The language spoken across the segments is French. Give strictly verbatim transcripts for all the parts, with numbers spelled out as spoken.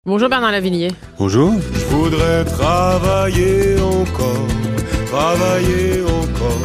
Bonjour Bernard Lavilliers. Bonjour. Je voudrais travailler encore, travailler encore,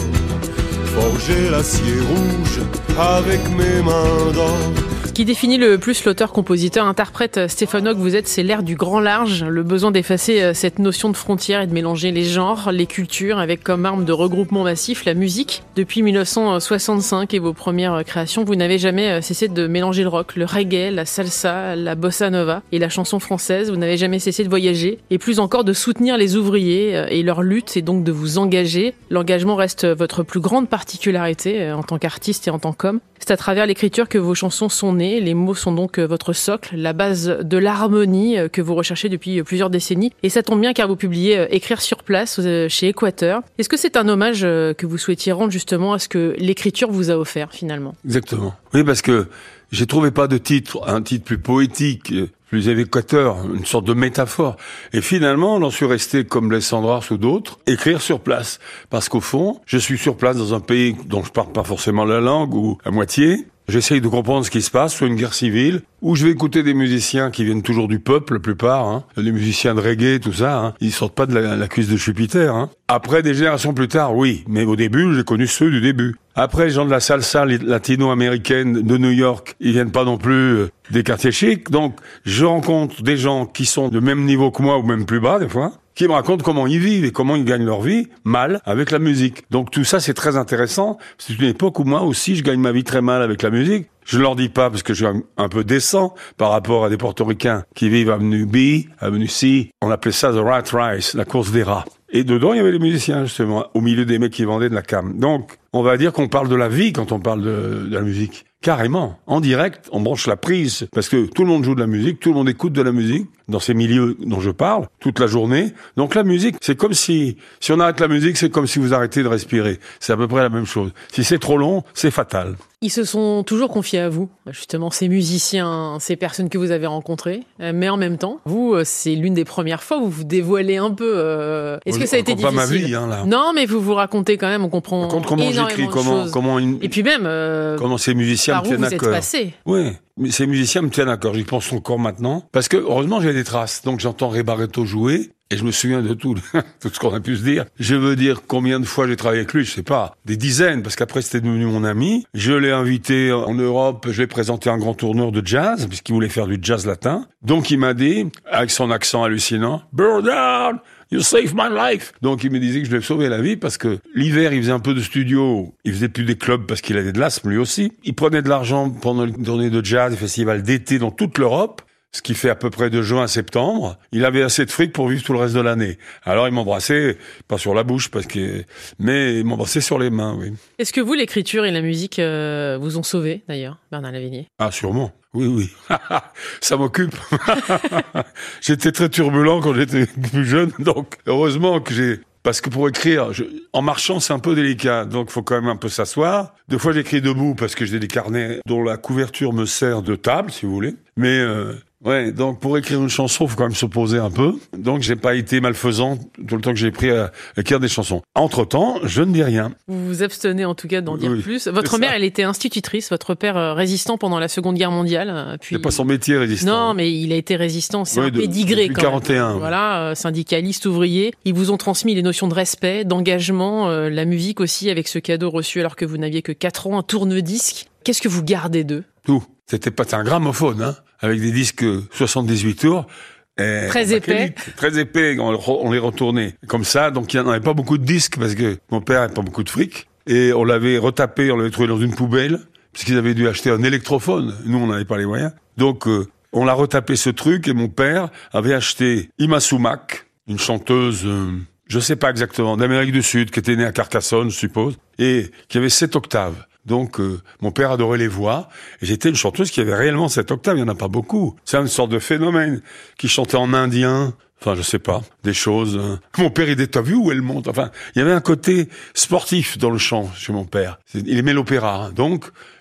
forger l'acier rouge avec mes mains d'or. Ce qui définit le plus l'auteur, compositeur, interprète Stéphane Hock, vous êtes, c'est l'ère du grand large, le besoin d'effacer cette notion de frontière et de mélanger les genres, les cultures, avec comme arme de regroupement massif la musique. Depuis mille neuf cent soixante-cinq et vos premières créations, vous n'avez jamais cessé de mélanger le rock, le reggae, la salsa, la bossa nova et la chanson française. Vous n'avez jamais cessé de voyager et plus encore de soutenir les ouvriers et leur lutte et donc de vous engager. L'engagement reste votre plus grande particularité en tant qu'artiste et en tant qu'homme. C'est à travers l'écriture que vos chansons sont nées. Les mots sont donc votre socle, la base de l'harmonie que vous recherchez depuis plusieurs décennies. Et ça tombe bien car vous publiez Écrire sur place chez Équateur. Est-ce que c'est un hommage que vous souhaitiez rendre justement à ce que l'écriture vous a offert finalement ? Exactement. Oui, parce que j'ai trouvé pas de titre, un titre plus poétique, plus évocateur, une sorte de métaphore. Et finalement, j'en suis resté comme les Sandras ou d'autres, écrire sur place. Parce qu'au fond, je suis sur place dans un pays dont je parle pas forcément la langue ou à moitié. J'essaye de comprendre ce qui se passe, soit une guerre civile, où je vais écouter des musiciens qui viennent toujours du peuple, la plupart, hein. Les musiciens de reggae, tout ça, hein. Ils sortent pas de la, la cuisse de Jupiter, hein. Après, des générations plus tard, oui, mais au début, j'ai connu ceux du début. Après, les gens de la salsa latino-américaine de New York, ils viennent pas non plus des quartiers chics, donc je rencontre des gens qui sont de même niveau que moi, ou même plus bas, des fois, qui me racontent comment ils vivent et comment ils gagnent leur vie mal avec la musique. Donc tout ça, c'est très intéressant. C'est une époque où moi aussi, je gagne ma vie très mal avec la musique. Je ne leur dis pas parce que je suis un peu décent par rapport à des portoricains qui vivent avenue B, avenue C. On appelait ça the rat race, la course des rats. Et dedans, il y avait les musiciens, justement, au milieu des mecs qui vendaient de la cam. Donc, on va dire qu'on parle de la vie quand on parle de, de la musique. Carrément. En direct, on branche la prise. Parce que tout le monde joue de la musique, tout le monde écoute de la musique, dans ces milieux dont je parle, toute la journée. Donc la musique, c'est comme si, si on arrête la musique, c'est comme si vous arrêtez de respirer. C'est à peu près la même chose. Si c'est trop long, c'est fatal. Ils se sont toujours confiés à vous, justement, ces musiciens, ces personnes que vous avez rencontrées. Mais en même temps, vous, c'est l'une des premières fois où vous vous dévoilez un peu. Euh... Est-ce on, que ça a été difficile ? Pas ma vie, hein, là. Non, mais vous vous racontez quand même, on comprend. On raconte comment j'écris, comment, comment une... Et puis même, euh, comment ces musiciens me tiennent à cœur. Par où vous êtes passé ? Oui. Mais ces musiciens me tiennent à cœur, j'y pense encore maintenant. Parce que, heureusement, j'ai des traces. Donc, j'entends Ray Barretto jouer, et je me souviens de tout, tout ce qu'on a pu se dire. Je veux dire, combien de fois j'ai travaillé avec lui, je sais pas. Des dizaines, parce qu'après, c'était devenu mon ami. Je l'ai invité en Europe, je l'ai présenté un grand tourneur de jazz, puisqu'il voulait faire du jazz latin. Donc, il m'a dit, avec son accent hallucinant, « Bernard, you saved my life !» Donc, il me disait que je lui ai sauvé la vie parce que l'hiver, il faisait un peu de studio. Il faisait plus des clubs parce qu'il avait de l'asthme, lui aussi. Il prenait de l'argent pendant les tournées de jazz, des festivals d'été dans toute l'Europe, ce qui fait à peu près de juin à septembre. Il avait assez de fric pour vivre tout le reste de l'année. Alors, il m'embrassait, pas sur la bouche, parce que, mais il m'embrassait sur les mains, oui. Est-ce que vous, l'écriture et la musique, euh, vous ont sauvé, d'ailleurs, Bernard Lavilliers ? Ah, sûrement. Oui, oui. Ça m'occupe. J'étais très turbulent quand j'étais plus jeune, donc heureusement que j'ai... Parce que pour écrire, je... en marchant, c'est un peu délicat, donc il faut quand même un peu s'asseoir. Deux fois, j'écris debout parce que j'ai des carnets dont la couverture me sert de table, si vous voulez. Mais... Euh... Ouais, donc pour écrire une chanson, il faut quand même se poser un peu. Donc j'ai pas été malfaisant tout le temps que j'ai pris à écrire des chansons. Entre-temps, je ne dis rien. Vous vous abstenez en tout cas d'en dire oui, plus. Votre mère, elle était institutrice, votre père euh, résistant pendant la Seconde Guerre mondiale. Puis... C'est pas son métier, résistant. Non, mais il a été résistant, c'est oui, un de, pédigré quand quarante et un, même. Oui. Voilà, euh, syndicaliste, ouvrier. Ils vous ont transmis les notions de respect, d'engagement, euh, la musique aussi avec ce cadeau reçu alors que vous n'aviez que quatre ans, un tourne-disque. Qu'est-ce que vous gardez d'eux ? Tout. C'était pas un gramophone, hein, avec des disques soixante-dix-huit tours. Et très épais. Très épais, on, on les retournait comme ça. Donc il n'y en avait pas beaucoup de disques parce que mon père n'avait pas beaucoup de fric. Et on l'avait retapé, on l'avait trouvé dans une poubelle, puisqu'ils avaient dû acheter un électrophone. Nous, on n'avait pas les moyens. Donc euh, on l'a retapé ce truc et mon père avait acheté Ima Sumac, une chanteuse... Euh, je sais pas exactement, d'Amérique du Sud, qui était née à Carcassonne, je suppose, et qui avait sept octaves. Donc, euh, mon père adorait les voix, et j'étais une chanteuse qui avait réellement sept octaves, il n'y en a pas beaucoup. C'est une sorte de phénomène, qui chantait en indien, enfin, je sais pas, des choses... Hein. Mon père, il dit, t'as vu où elle monte ? Enfin, il y avait un côté sportif dans le chant, chez mon père. Il aimait l'opéra, hein. Donc,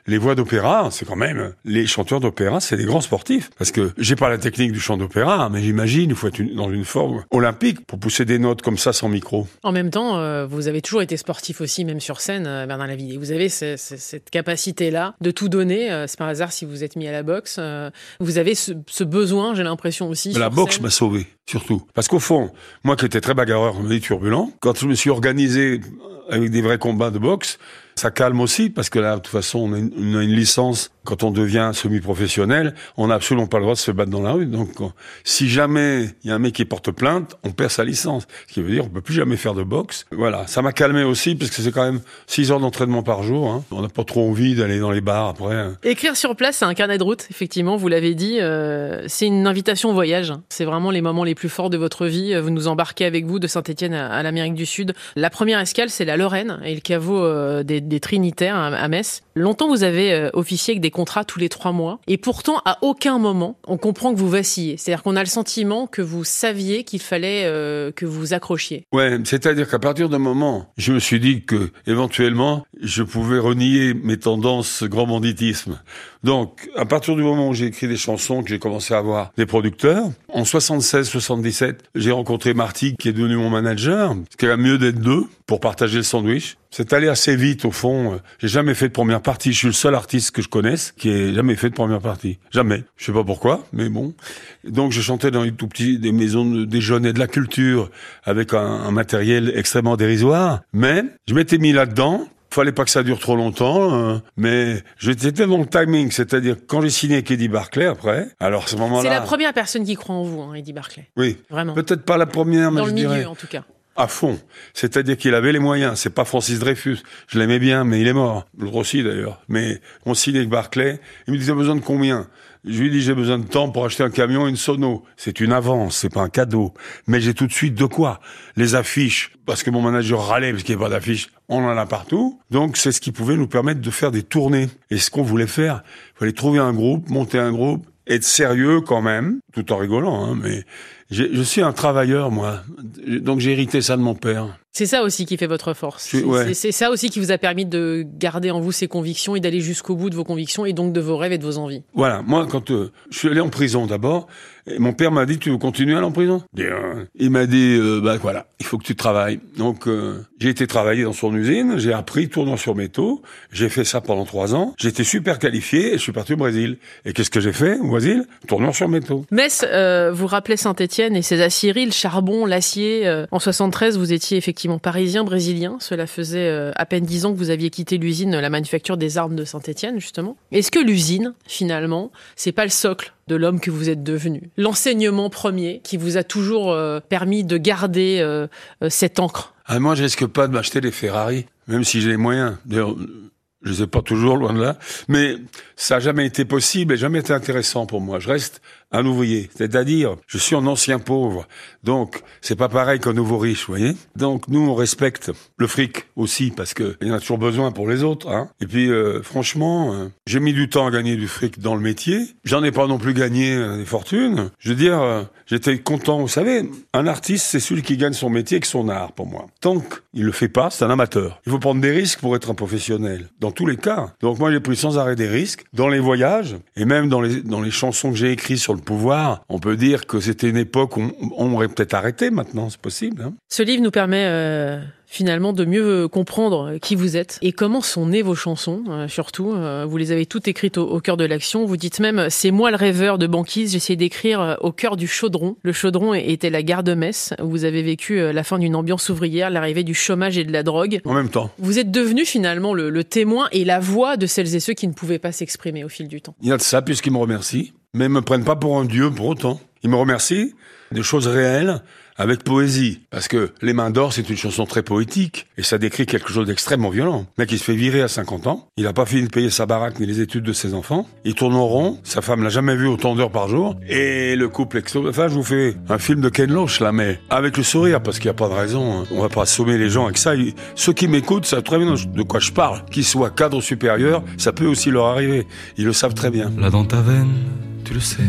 les voix d'opéra, c'est quand même, les chanteurs d'opéra, c'est des grands sportifs. Parce que j'ai pas la technique du chant d'opéra, mais j'imagine, il faut être une, dans une forme olympique pour pousser des notes comme ça sans micro. En même temps, euh, vous avez toujours été sportif aussi, même sur scène, euh, Bernard Lavilliers. Vous avez ce, ce, cette capacité-là de tout donner. Euh, c'est par hasard si vous êtes mis à la boxe. Euh, vous avez ce, ce besoin, j'ai l'impression aussi. La boxe scène. m'a sauvé, surtout. Parce qu'au fond, moi qui étais très bagarreur, on dit turbulent, quand je me suis organisé avec des vrais combats de boxe, ça calme aussi, parce que là, de toute façon, on a une, on a une licence. Quand on devient semi-professionnel, on n'a absolument pas le droit de se battre dans la rue. Donc, si jamais il y a un mec qui porte plainte, on perd sa licence. Ce qui veut dire qu'on peut plus jamais faire de boxe. Voilà, ça m'a calmé aussi, parce que c'est quand même six heures d'entraînement par jour. Hein. On n'a pas trop envie d'aller dans les bars après. Écrire sur place, c'est un carnet de route, effectivement, vous l'avez dit. Euh, c'est une invitation au voyage. C'est vraiment les moments les plus forts de votre vie. Vous nous embarquez avec vous de Saint-Étienne à, à l'Amérique du Sud. La première escale, c'est la Lorraine et le caveau euh, des, des Trinitaires à, à Metz. Longtemps, vous avez euh, officié avec des contrats tous les trois mois. Et pourtant, à aucun moment, on comprend que vous vacillez. C'est-à-dire qu'on a le sentiment que vous saviez qu'il fallait euh, que vous accrochiez. Ouais, c'est-à-dire qu'à partir d'un moment, je me suis dit que, éventuellement, je pouvais renier mes tendances grand banditisme. Donc, à partir du moment où j'ai écrit des chansons, que j'ai commencé à avoir des producteurs, en soixante-seize soixante-dix-sept, j'ai rencontré Marty, qui est devenu mon manager, ce qui est mieux d'être deux pour partager le sandwich. C'est allé assez vite, au fond. J'ai jamais fait de première partie. Je suis le seul artiste que je connaisse qui ait jamais fait de première partie. Jamais. Je sais pas pourquoi, mais bon. Donc, je chantais dans les tout petits, des maisons de, des jeunes et de la culture, avec un, un matériel extrêmement dérisoire. Mais, je m'étais mis là-dedans. Fallait pas que ça dure trop longtemps, euh, mais j'étais dans le timing, c'est-à-dire quand j'ai signé avec Eddie Barclay après, alors à ce moment-là... C'est la première personne qui croit en vous, hein, Eddie Barclay. Oui. Vraiment. Peut-être pas la première, mais dans je le milieu, dirais... en tout cas. À fond. C'est-à-dire qu'il avait les moyens. C'est pas Francis Dreyfus. Je l'aimais bien, mais il est mort. L'autre aussi, d'ailleurs. Mais on signe avec Barclay. Il me disait, besoin de combien? Je lui dis, j'ai besoin de temps pour acheter un camion et une sono. C'est une avance, c'est pas un cadeau. Mais j'ai tout de suite de quoi? Les affiches. Parce que mon manager râlait parce qu'il n'y avait pas d'affiches. On en a partout. Donc, c'est ce qui pouvait nous permettre de faire des tournées. Et ce qu'on voulait faire, il fallait trouver un groupe, monter un groupe, être sérieux quand même, tout en rigolant, hein, mais j'ai, je suis un travailleur, moi. Donc, j'ai hérité ça de mon père. C'est ça aussi qui fait votre force. Je, ouais. c'est, c'est ça aussi qui vous a permis de garder en vous ces convictions et d'aller jusqu'au bout de vos convictions et donc de vos rêves et de vos envies. Voilà. Moi, quand euh, je suis allé en prison d'abord, et mon père m'a dit, tu veux continuer à aller en prison? Il m'a dit, euh, bah voilà, il faut que tu travailles. Donc, euh, j'ai été travailler dans son usine, j'ai appris tournant sur métaux, j'ai fait ça pendant trois ans, j'étais super qualifié et je suis parti au Brésil. Et qu'est-ce que j'ai fait au Brésil? Tournant sur métaux. Metz, euh, vous rappelez Saint-Étienne et ses aciéries, le charbon, l'acier. Euh, en soixante-treize, vous étiez effectivement parisien, brésilien. Cela faisait euh, à peine dix ans que vous aviez quitté l'usine, la manufacture des armes de Saint-Étienne, justement. Est-ce que l'usine, finalement, c'est pas le socle de l'homme que vous êtes devenu? L'enseignement premier qui vous a toujours euh, permis de garder euh, euh, cette encre? Ah, moi, je risque pas de m'acheter des Ferrari, même si j'ai les moyens. D'ailleurs, je sais pas toujours, loin de là. Mais ça a jamais été possible et jamais été intéressant pour moi. Je reste un ouvrier. C'est-à-dire, je suis un ancien pauvre. Donc, c'est pas pareil qu'un nouveau riche, vous voyez. Donc, nous, on respecte le fric aussi, parce que il y en a toujours besoin pour les autres, hein. Et puis, euh, franchement, euh, j'ai mis du temps à gagner du fric dans le métier. J'en ai pas non plus gagné euh, des fortunes. Je veux dire, euh, j'étais content. Vous savez, un artiste, c'est celui qui gagne son métier avec son art, pour moi. Tant qu'il le fait pas, c'est un amateur. Il faut prendre des risques pour être un professionnel. Dans tous les cas. Donc, moi, j'ai pris sans arrêt des risques dans les voyages et même dans les, dans les chansons que j'ai écrites sur le pouvoir. On peut dire que c'était une époque où on, on aurait peut-être arrêté maintenant, c'est possible. Hein. Ce livre nous permet euh, finalement de mieux comprendre qui vous êtes et comment sont nées vos chansons, euh, surtout. Euh, vous les avez toutes écrites au, au cœur de l'action. Vous dites même « C'est moi le rêveur de banquise, j'essayais d'écrire euh, au cœur du chaudron ». Le chaudron était la gare de Metz, où vous avez vécu euh, la fin d'une ambiance ouvrière, l'arrivée du chômage et de la drogue. En même temps. Vous êtes devenu finalement le, le témoin et la voix de celles et ceux qui ne pouvaient pas s'exprimer au fil du temps. Il y a de ça, puisqu'ils me remercient. Mais ils me prennent pas pour un dieu pour autant. Ils me remercient des choses réelles avec poésie. Parce que Les Mains d'Or, c'est une chanson très poétique. Et ça décrit quelque chose d'extrêmement violent. Le mec, il se fait virer à cinquante ans. Il a pas fini de payer sa baraque ni les études de ses enfants. Il tourne en rond. Sa femme l'a jamais vu autant d'heures par jour. Et le couple explose. Enfin, je vous fais un film de Ken Loach, là, mais avec le sourire, parce qu'il n'y a pas de raison. On va pas assommer les gens avec ça. Ceux qui m'écoutent savent très bien de quoi je parle. Qu'ils soient cadres supérieurs, ça peut aussi leur arriver. Ils le savent très bien. Là dans ta veine, tu le sais,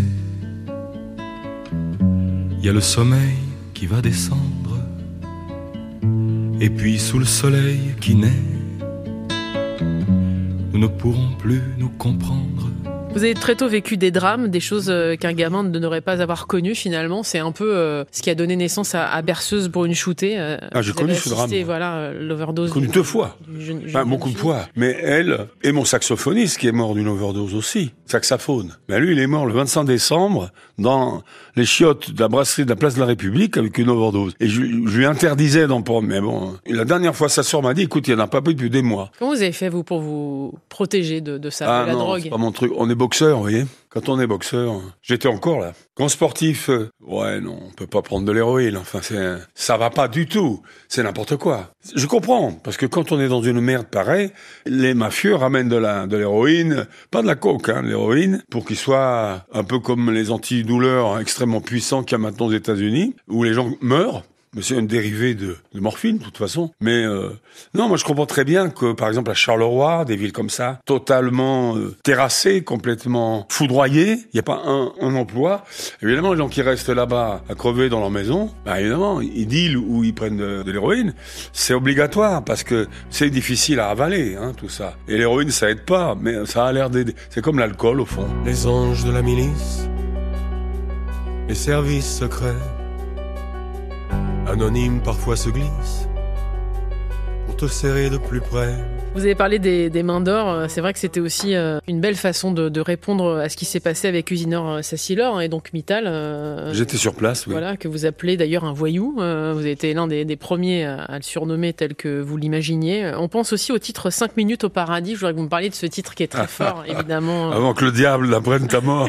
il y a le sommeil qui va descendre, et puis sous le soleil qui naît, nous ne pourrons plus nous comprendre. Vous avez très tôt vécu des drames, des choses qu'un gamin ne devrait pas avoir connues finalement. C'est un peu euh, ce qui a donné naissance à, à Berceuse pour une shootée. Euh, ah, j'ai connu ce drame. Voilà, l'overdose. J'ai connu deux fois. Jeune, enfin, beaucoup de fois. Mais elle, et mon saxophoniste qui est mort d'une overdose aussi, saxophone. Mais lui, il est mort le vingt-cinq décembre dans les chiottes de la brasserie de la place de la République avec une overdose. Et je, je lui interdisais d'en prendre. Mais bon, la dernière fois, sa sœur m'a dit, écoute, il n'y en a pas pris depuis des mois. Comment vous avez fait, vous, pour vous protéger de, de ça, ah, de la non, drogue? C'est pas mon truc. On est boxeur, vous voyez. Quand on est boxeur, j'étais encore là. Quand sportif, euh, ouais, non, on peut pas prendre de l'héroïne. Enfin, c'est, ça va pas du tout. C'est n'importe quoi. Je comprends, parce que quand on est dans une merde pareille, les mafieux ramènent de la, de l'héroïne, pas de la coke, hein, de l'héroïne, pour qu'ils soient un peu comme les antidouleurs hein, extrêmement puissants qu'il y a maintenant aux États-Unis, où les gens meurent. Mais c'est un dérivé de, de morphine, de toute façon. Mais euh, non, moi je comprends très bien que, par exemple, à Charleroi, des villes comme ça, totalement euh, terrassées, complètement foudroyées, il n'y a pas un, un emploi. Évidemment, les gens qui restent là-bas à crever dans leur maison, bah évidemment, ils dealent ou ils prennent de, de l'héroïne. C'est obligatoire parce que c'est difficile à avaler, hein, tout ça. Et l'héroïne, ça aide pas, mais ça a l'air d'aider. C'est comme l'alcool, au fond. Les anges de la milice, les services secrets, anonyme parfois se glisse pour te serrer de plus près. Vous avez parlé des, des mains d'or, c'est vrai que c'était aussi euh, une belle façon de, de répondre à ce qui s'est passé avec Usinor Sassilor et donc Mittal. Euh, J'étais sur place, oui. Voilà, que vous appelez d'ailleurs un voyou. Euh, vous avez été l'un des, des premiers à, à le surnommer tel que vous l'imaginiez. On pense aussi au titre cinq minutes au paradis. Je voudrais que vous me parliez de ce titre qui est très fort, évidemment. Avant que le diable n'apprenne ta mort.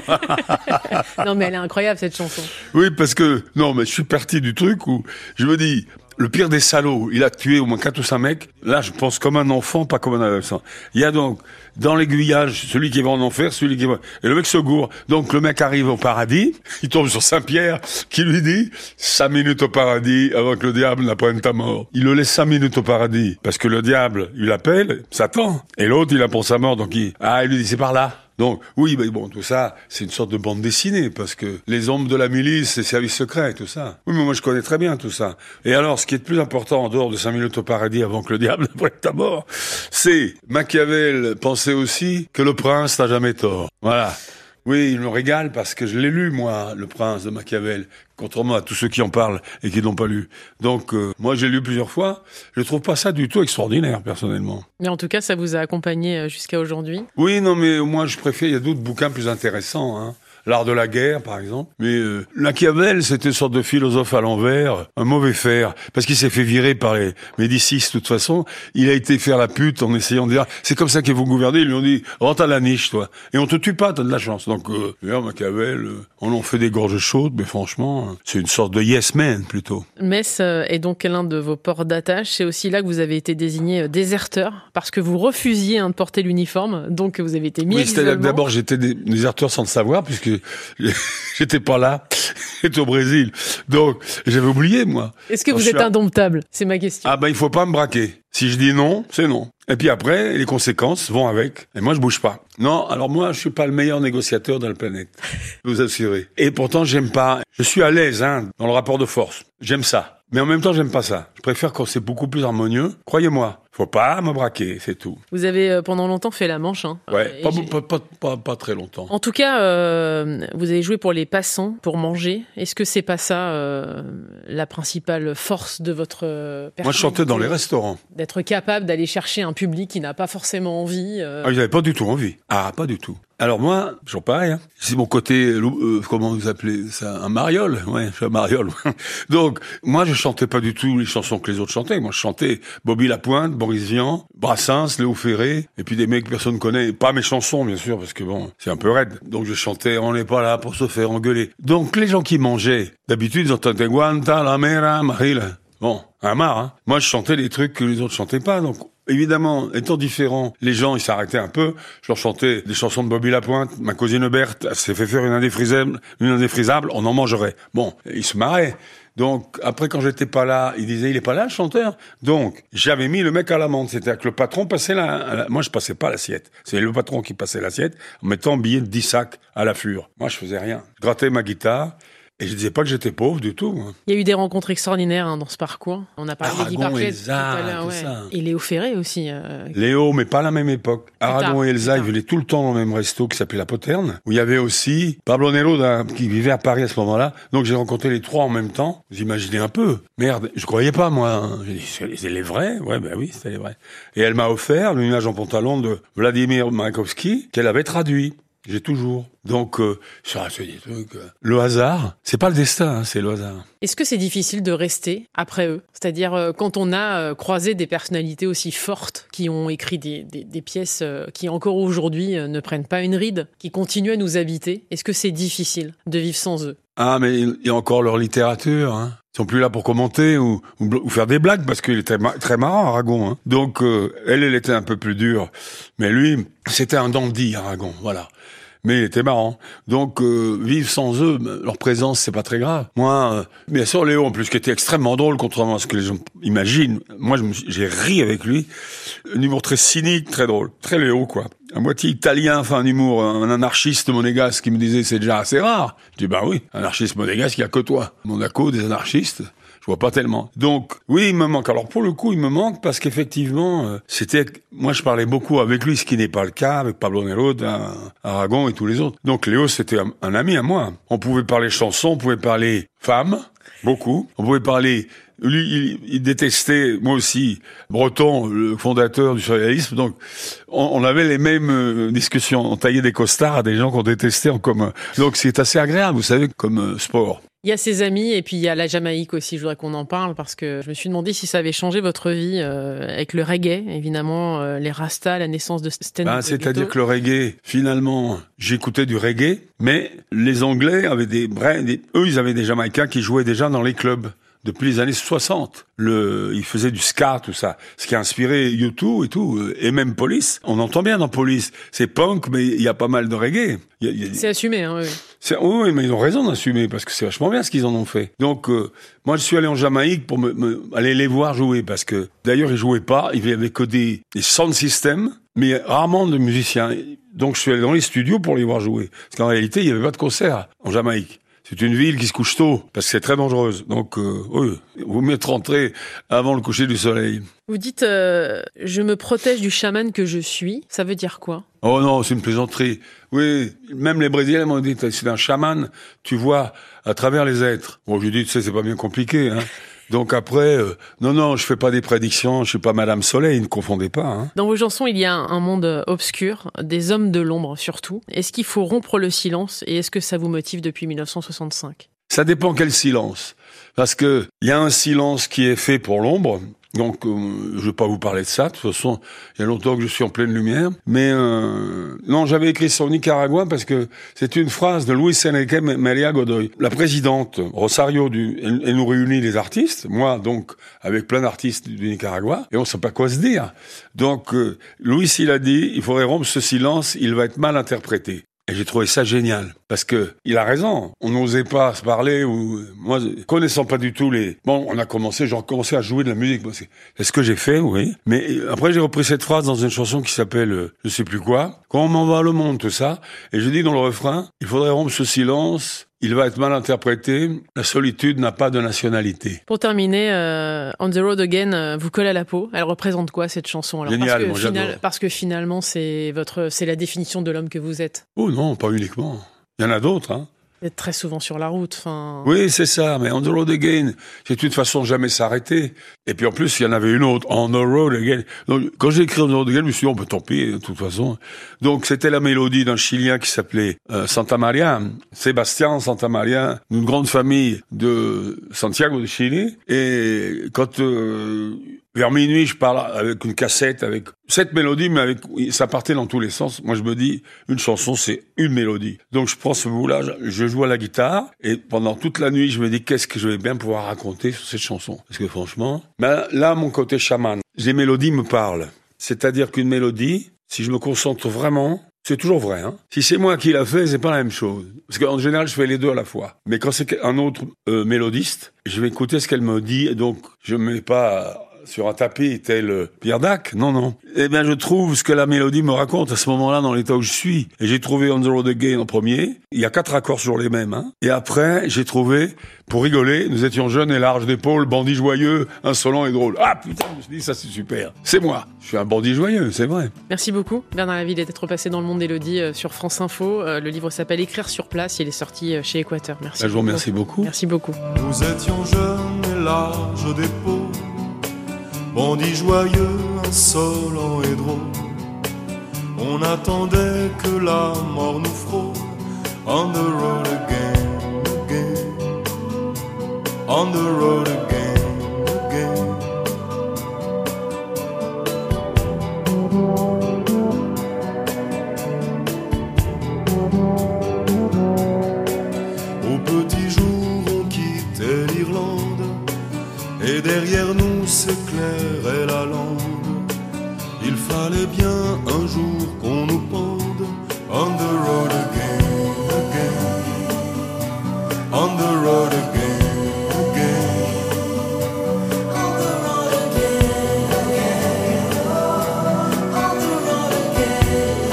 Non, mais elle est incroyable, cette chanson. Oui, parce que, non, mais je suis parti du truc où je me dis, le pire des salauds, il a tué au moins quatre ou cinq mecs. Là, je pense comme un enfant, pas comme un adolescent. Il y a donc, dans l'aiguillage, celui qui va en enfer, celui qui va... Et le mec se gourre. Donc, le mec arrive au paradis, il tombe sur Saint-Pierre, qui lui dit, cinq minutes au paradis avant que le diable n'apprenne ta mort. Il le laisse cinq minutes au paradis, parce que le diable, il appelle, Satan. Et l'autre, il apprend sa mort, donc il, ah, il lui dit, c'est par là. Donc, oui, mais bon, tout ça, c'est une sorte de bande dessinée, parce que les hommes de la milice, les services secrets, tout ça. Oui, mais moi, je connais très bien tout ça. Et alors, ce qui est le plus important, en dehors de cinq minutes au paradis avant que le diable n'apprenne ta mort, c'est, Machiavel pensait aussi que le prince n'a jamais tort. Voilà. Oui, il me régale parce que je l'ai lu, moi, Le Prince de Machiavel, contrairement à tous ceux qui en parlent et qui l'ont pas lu. Donc, euh, moi, j'ai lu plusieurs fois. Je trouve pas ça du tout extraordinaire, personnellement. Mais en tout cas, ça vous a accompagné jusqu'à aujourd'hui? Oui, non, mais moi, je préfère, il y a d'autres bouquins plus intéressants, hein. L'art de la guerre, par exemple. Mais euh, Machiavel, c'était une sorte de philosophe à l'envers, un mauvais fer, parce qu'il s'est fait virer par les Médicis, de toute façon. Il a été faire la pute en essayant de dire, c'est comme ça qu'ils vont gouverner. Ils lui ont dit, rentre à la niche, toi. Et on te tue pas, t'as de la chance. Donc, euh, d'ailleurs, Machiavel, euh, on en fait des gorges chaudes, mais franchement, c'est une sorte de yes man, plutôt. Metz est donc l'un de vos ports d'attache. C'est aussi là que vous avez été désigné déserteur, parce que vous refusiez hein, de porter l'uniforme, donc vous avez été mis à l'isolement. Oui, c'est-à-dire que d'abord, j'étais déserteur sans le savoir, puisque j'étais pas là, j'étais au Brésil. Donc, j'avais oublié, moi. Est-ce que vous êtes indomptable? C'est ma question. Ah ben, il faut pas me braquer. Si je dis non, c'est non. Et puis après, les conséquences vont avec. Et moi, je bouge pas. Non, alors moi, je suis pas le meilleur négociateur de la planète. Je vous assurer. Et pourtant, j'aime pas. Je suis à l'aise, hein, dans le rapport de force. J'aime ça. Mais en même temps, j'aime pas ça. Je préfère quand c'est beaucoup plus harmonieux. Croyez-moi. Faut pas me braquer, c'est tout. Vous avez euh, pendant longtemps fait la Manche. Hein. Ouais, pas, pas, pas, pas, pas très longtemps. En tout cas, euh, vous avez joué pour les passants, pour manger. Est-ce que c'est pas ça euh, la principale force de votre personnalité? Moi, je chantais dans les restaurants. D'être capable d'aller chercher un public qui n'a pas forcément envie. Euh... Ah, ils n'avaient pas du tout envie. Ah, pas du tout. Alors moi, toujours pareil, hein. C'est mon côté, euh, comment vous appelez ça, un mariole, ouais, je suis un mariole. Donc, moi, je chantais pas du tout les chansons que les autres chantaient. Moi, je chantais Bobby Lapointe, Boris Vian, Brassens, Léo Ferré, et puis des mecs que personne connaît. Pas mes chansons, bien sûr, parce que bon, c'est un peu raide. Donc, je chantais, on n'est pas là pour se faire engueuler. Donc, les gens qui mangeaient, d'habitude, ils entendaient Guanta, la mera, Marila. Bon, un marre, hein. Moi, je chantais des trucs que les autres chantaient pas, donc, évidemment, étant différents, les gens, ils s'arrêtaient un peu. Je leur chantais des chansons de Bobby Lapointe. Ma cousine Berthe, elle s'est fait faire une indéfrisable, une indéfrisable, on en mangerait. Bon, ils se marraient. Donc, après, quand j'étais pas là, ils disaient, il est pas là, le chanteur. Donc, j'avais mis le mec à l'amende. C'est-à-dire que le patron passait la, la... moi, je passais pas l'assiette. C'est le patron qui passait l'assiette en mettant un billet de dix sacs à l'afflure. Moi, je faisais rien. Je grattais ma guitare. Et je disais pas que j'étais pauvre du tout. Hein. Il y a eu des rencontres extraordinaires hein, dans ce parcours. On a parlé de Guy Parquet Elsa, tout à l'heure. tout Ouais. ça. Et Léo Ferré aussi. Euh... Léo, mais pas à la même époque. Aragon tard, et Elsa, ils venaient tout le temps dans le même resto qui s'appelait La Poterne, où il y avait aussi Pablo Neruda qui vivait à Paris à ce moment-là. Donc j'ai rencontré les trois en même temps. Vous imaginez un peu. Merde, je croyais pas moi. Hein. J'ai dit, c'est les vrais? Ouais, ben oui, c'était les vrais. Et elle m'a offert le nuage en pantalon de Vladimir Mayakovsky qu'elle avait traduit. J'ai toujours. Donc, euh, ça, c'est des trucs... Euh, le hasard, c'est pas le destin, hein, c'est le hasard. Est-ce que c'est difficile de rester après eux ? C'est-à-dire, euh, quand on a euh, croisé des personnalités aussi fortes, qui ont écrit des, des, des pièces euh, qui, encore aujourd'hui, euh, ne prennent pas une ride, qui continuent à nous habiter, est-ce que c'est difficile de vivre sans eux ? Ah, mais il y a encore leur littérature, hein. Ils sont plus là pour commenter ou, ou, ou faire des blagues, parce qu'il était ma- très marrant, Aragon. Hein. Donc, euh, elle, elle était un peu plus dure. Mais lui, c'était un dandy, Aragon, voilà. Mais il était marrant. Donc, euh, vivre sans eux, leur présence, c'est pas très grave. Moi, euh, bien sûr, Léo, en plus, qui était extrêmement drôle, contrairement à ce que les gens imaginent. Moi, je me suis, j'ai ri avec lui. Un humour très cynique, très drôle. Très Léo, quoi. À moitié italien, enfin, un humour, un anarchiste monégasque qui me disait, c'est déjà assez rare. Je dis, bah oui, anarchiste monégasque, il y a que toi. Monaco, des anarchistes. Je vois pas tellement. Donc, oui, il me manque. Alors, pour le coup, il me manque parce qu'effectivement, euh, c'était... Moi, je parlais beaucoup avec lui, ce qui n'est pas le cas avec Pablo Neruda, Aragon et tous les autres. Donc, Léo, c'était un, un ami à moi. On pouvait parler chansons, on pouvait parler femmes, beaucoup. On pouvait parler... Lui, il, il détestait, moi aussi, Breton, le fondateur du surréalisme. Donc, on, on avait les mêmes euh, discussions. On taillait des costards à des gens qu'on détestait en commun. Donc, c'est assez agréable, vous savez, comme euh, sport. Il y a ses amis et puis il y a la Jamaïque aussi, je voudrais qu'on en parle parce que je me suis demandé si ça avait changé votre vie euh, avec le reggae, évidemment, euh, les Rastas, la naissance de Stan. Ben, c'est-à-dire que le reggae, finalement, j'écoutais du reggae, mais les Anglais avaient des, des... Eux, ils avaient des Jamaïcains qui jouaient déjà dans les clubs depuis les années soixante. Le, ils faisaient du ska, tout ça. Ce qui a inspiré U deux et tout, et même Police. On entend bien dans Police. C'est punk, mais il y a pas mal de reggae. Il y a, il y a... C'est assumé, hein, oui. C'est, oui, mais ils ont raison d'assumer, parce que c'est vachement bien ce qu'ils en ont fait. Donc, euh, moi, je suis allé en Jamaïque pour me, me, aller les voir jouer, parce que, d'ailleurs, ils jouaient pas, il y avait que des, des sound systems, mais rarement de musiciens. Donc, je suis allé dans les studios pour les voir jouer. Parce qu'en réalité, il y avait pas de concert en Jamaïque. C'est une ville qui se couche tôt, parce que c'est très dangereuse. Donc, euh, oui, il vaut mieux rentrer avant le coucher du soleil. Vous dites euh, « je me protège du chaman que je suis ». Ça veut dire quoi ? Oh non, c'est une plaisanterie. Oui, même les Brésiliens m'ont dit « c'est un chaman, tu vois à travers les êtres ». Bon, je dis « tu sais, c'est pas bien compliqué, hein ». Donc après, euh, non, non, je fais pas des prédictions, je suis pas Madame Soleil, ne confondez pas. Hein. Dans vos chansons, il y a un monde obscur, des hommes de l'ombre surtout. Est-ce qu'il faut rompre le silence et est-ce que ça vous motive depuis dix-neuf cent soixante-cinq ? Ça dépend quel silence. Parce que il y a un silence qui est fait pour l'ombre. Donc, euh, je vais pas vous parler de ça. De toute façon, il y a longtemps que je suis en pleine lumière. Mais euh, non, j'avais écrit sur Nicaragua parce que c'est une phrase de Luis Enrique María Godoy, la présidente Rosario. Du, elle, elle nous réunit les artistes, moi donc avec plein d'artistes du Nicaragua, et on sait pas quoi se dire. Donc, euh, Luis il a dit, il faudrait rompre ce silence, il va être mal interprété. Et j'ai trouvé ça génial. Parce que, il a raison. On n'osait pas se parler ou, moi, connaissant pas du tout les, bon, on a commencé, j'ai recommencé à jouer de la musique. Moi, c'est, c'est ce que j'ai fait, oui. Mais après, j'ai repris cette phrase dans une chanson qui s'appelle, euh, je sais plus quoi. Quand on m'en va le monde, tout ça. Et je dis dans le refrain, il faudrait rompre ce silence. Il va être mal interprété. La solitude n'a pas de nationalité. Pour terminer, euh, On the Road Again euh, vous colle à la peau. Elle représente quoi, cette chanson alors ? Génial, parce que, moi, final, j'adore. parce que finalement, c'est votre, c'est la définition de l'homme que vous êtes. Oh non, pas uniquement. Il y en a d'autres, hein. Vous êtes très souvent sur la route. Enfin. Oui, c'est ça, mais On the Road Again, c'est de toute façon jamais s'arrêter. Et puis en plus, il y en avait une autre, On the Road Again. Donc, quand j'ai écrit On the Road Again, je me suis dit, oh, bah, tant pis, de toute façon. Donc, c'était la mélodie d'un Chilien qui s'appelait euh, Santa Maria, Sébastien Santa Maria, d'une grande famille de Santiago de Chili. Et quand... Euh, vers minuit, je parle avec une cassette, avec cette mélodie, mais avec, ça partait dans tous les sens. Moi, je me dis, une chanson, c'est une mélodie. Donc, je prends ce bout-là, je joue à la guitare, et pendant toute la nuit, je me dis, qu'est-ce que je vais bien pouvoir raconter sur cette chanson? Parce que franchement, ben, là, mon côté chaman, les mélodies me parlent. C'est-à-dire qu'une mélodie, si je me concentre vraiment, c'est toujours vrai, hein. Si c'est moi qui l'a fait, c'est pas la même chose. Parce qu'en général, je fais les deux à la fois. Mais quand c'est un autre euh, mélodiste, je vais écouter ce qu'elle me dit, et donc, je me mets pas sur un tapis tel Pierre Dac. Non, non. Eh bien, je trouve ce que la mélodie me raconte à ce moment-là dans l'état où je suis. Et j'ai trouvé On the Road Again en premier. Il y a quatre accords sur les mêmes. Hein. Et après, j'ai trouvé, pour rigoler, nous étions jeunes et larges d'épaules, bandits joyeux, insolents et drôles. Ah putain, je me suis dit, ça c'est super. C'est moi. Je suis un bandit joyeux, c'est vrai. Merci beaucoup, Bernard Laville, d'être passé dans le monde d'Élodie euh, sur France Info. Euh, le livre s'appelle Écrire sur place. Il est sorti euh, chez Équateur. Merci. Bah, je vous remercie beaucoup. Merci beaucoup. Nous étions jeunes et larges d'épaules, bandits joyeux, insolents et drôles. On attendait que la mort nous frôle. On the road again, again. On the road again, again. Au petit jour, on quittait l'Irlande, et derrière nous s'éclairait la lande. Il fallait bien un jour qu'on nous pende. On the road again, again. On the road again, again. On the road again, again. On the road again,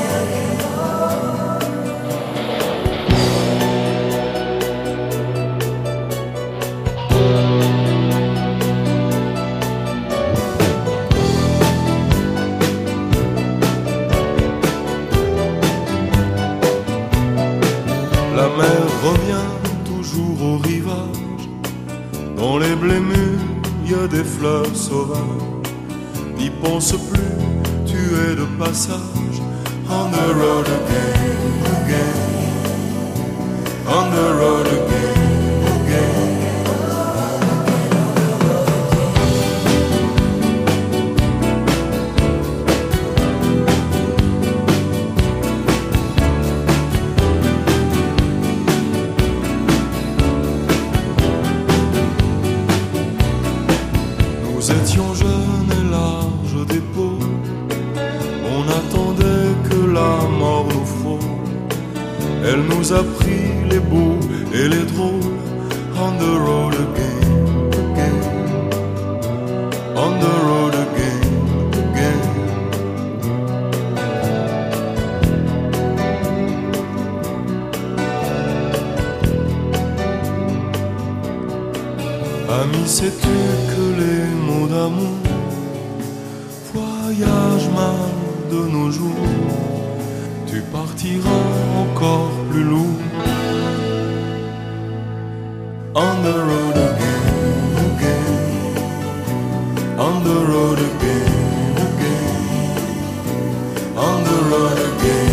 la mer revient toujours au rivage. Dans les blés mûrs, y a des fleurs sauvages. N'y pense plus, tu es de passage. On the road again, again. On the road again, again. Nous étions jeunes et larges d'épaules, on attendait que la mort nous frôle. Elle nous a pris les beaux et les drôles. On the road again, again. On the road again, again. Ami, sais-tu que les mots d'amour voyagent mal de nos jours? Tu partiras encore plus lourd. On the road again, again. On the road again, again. On the road again.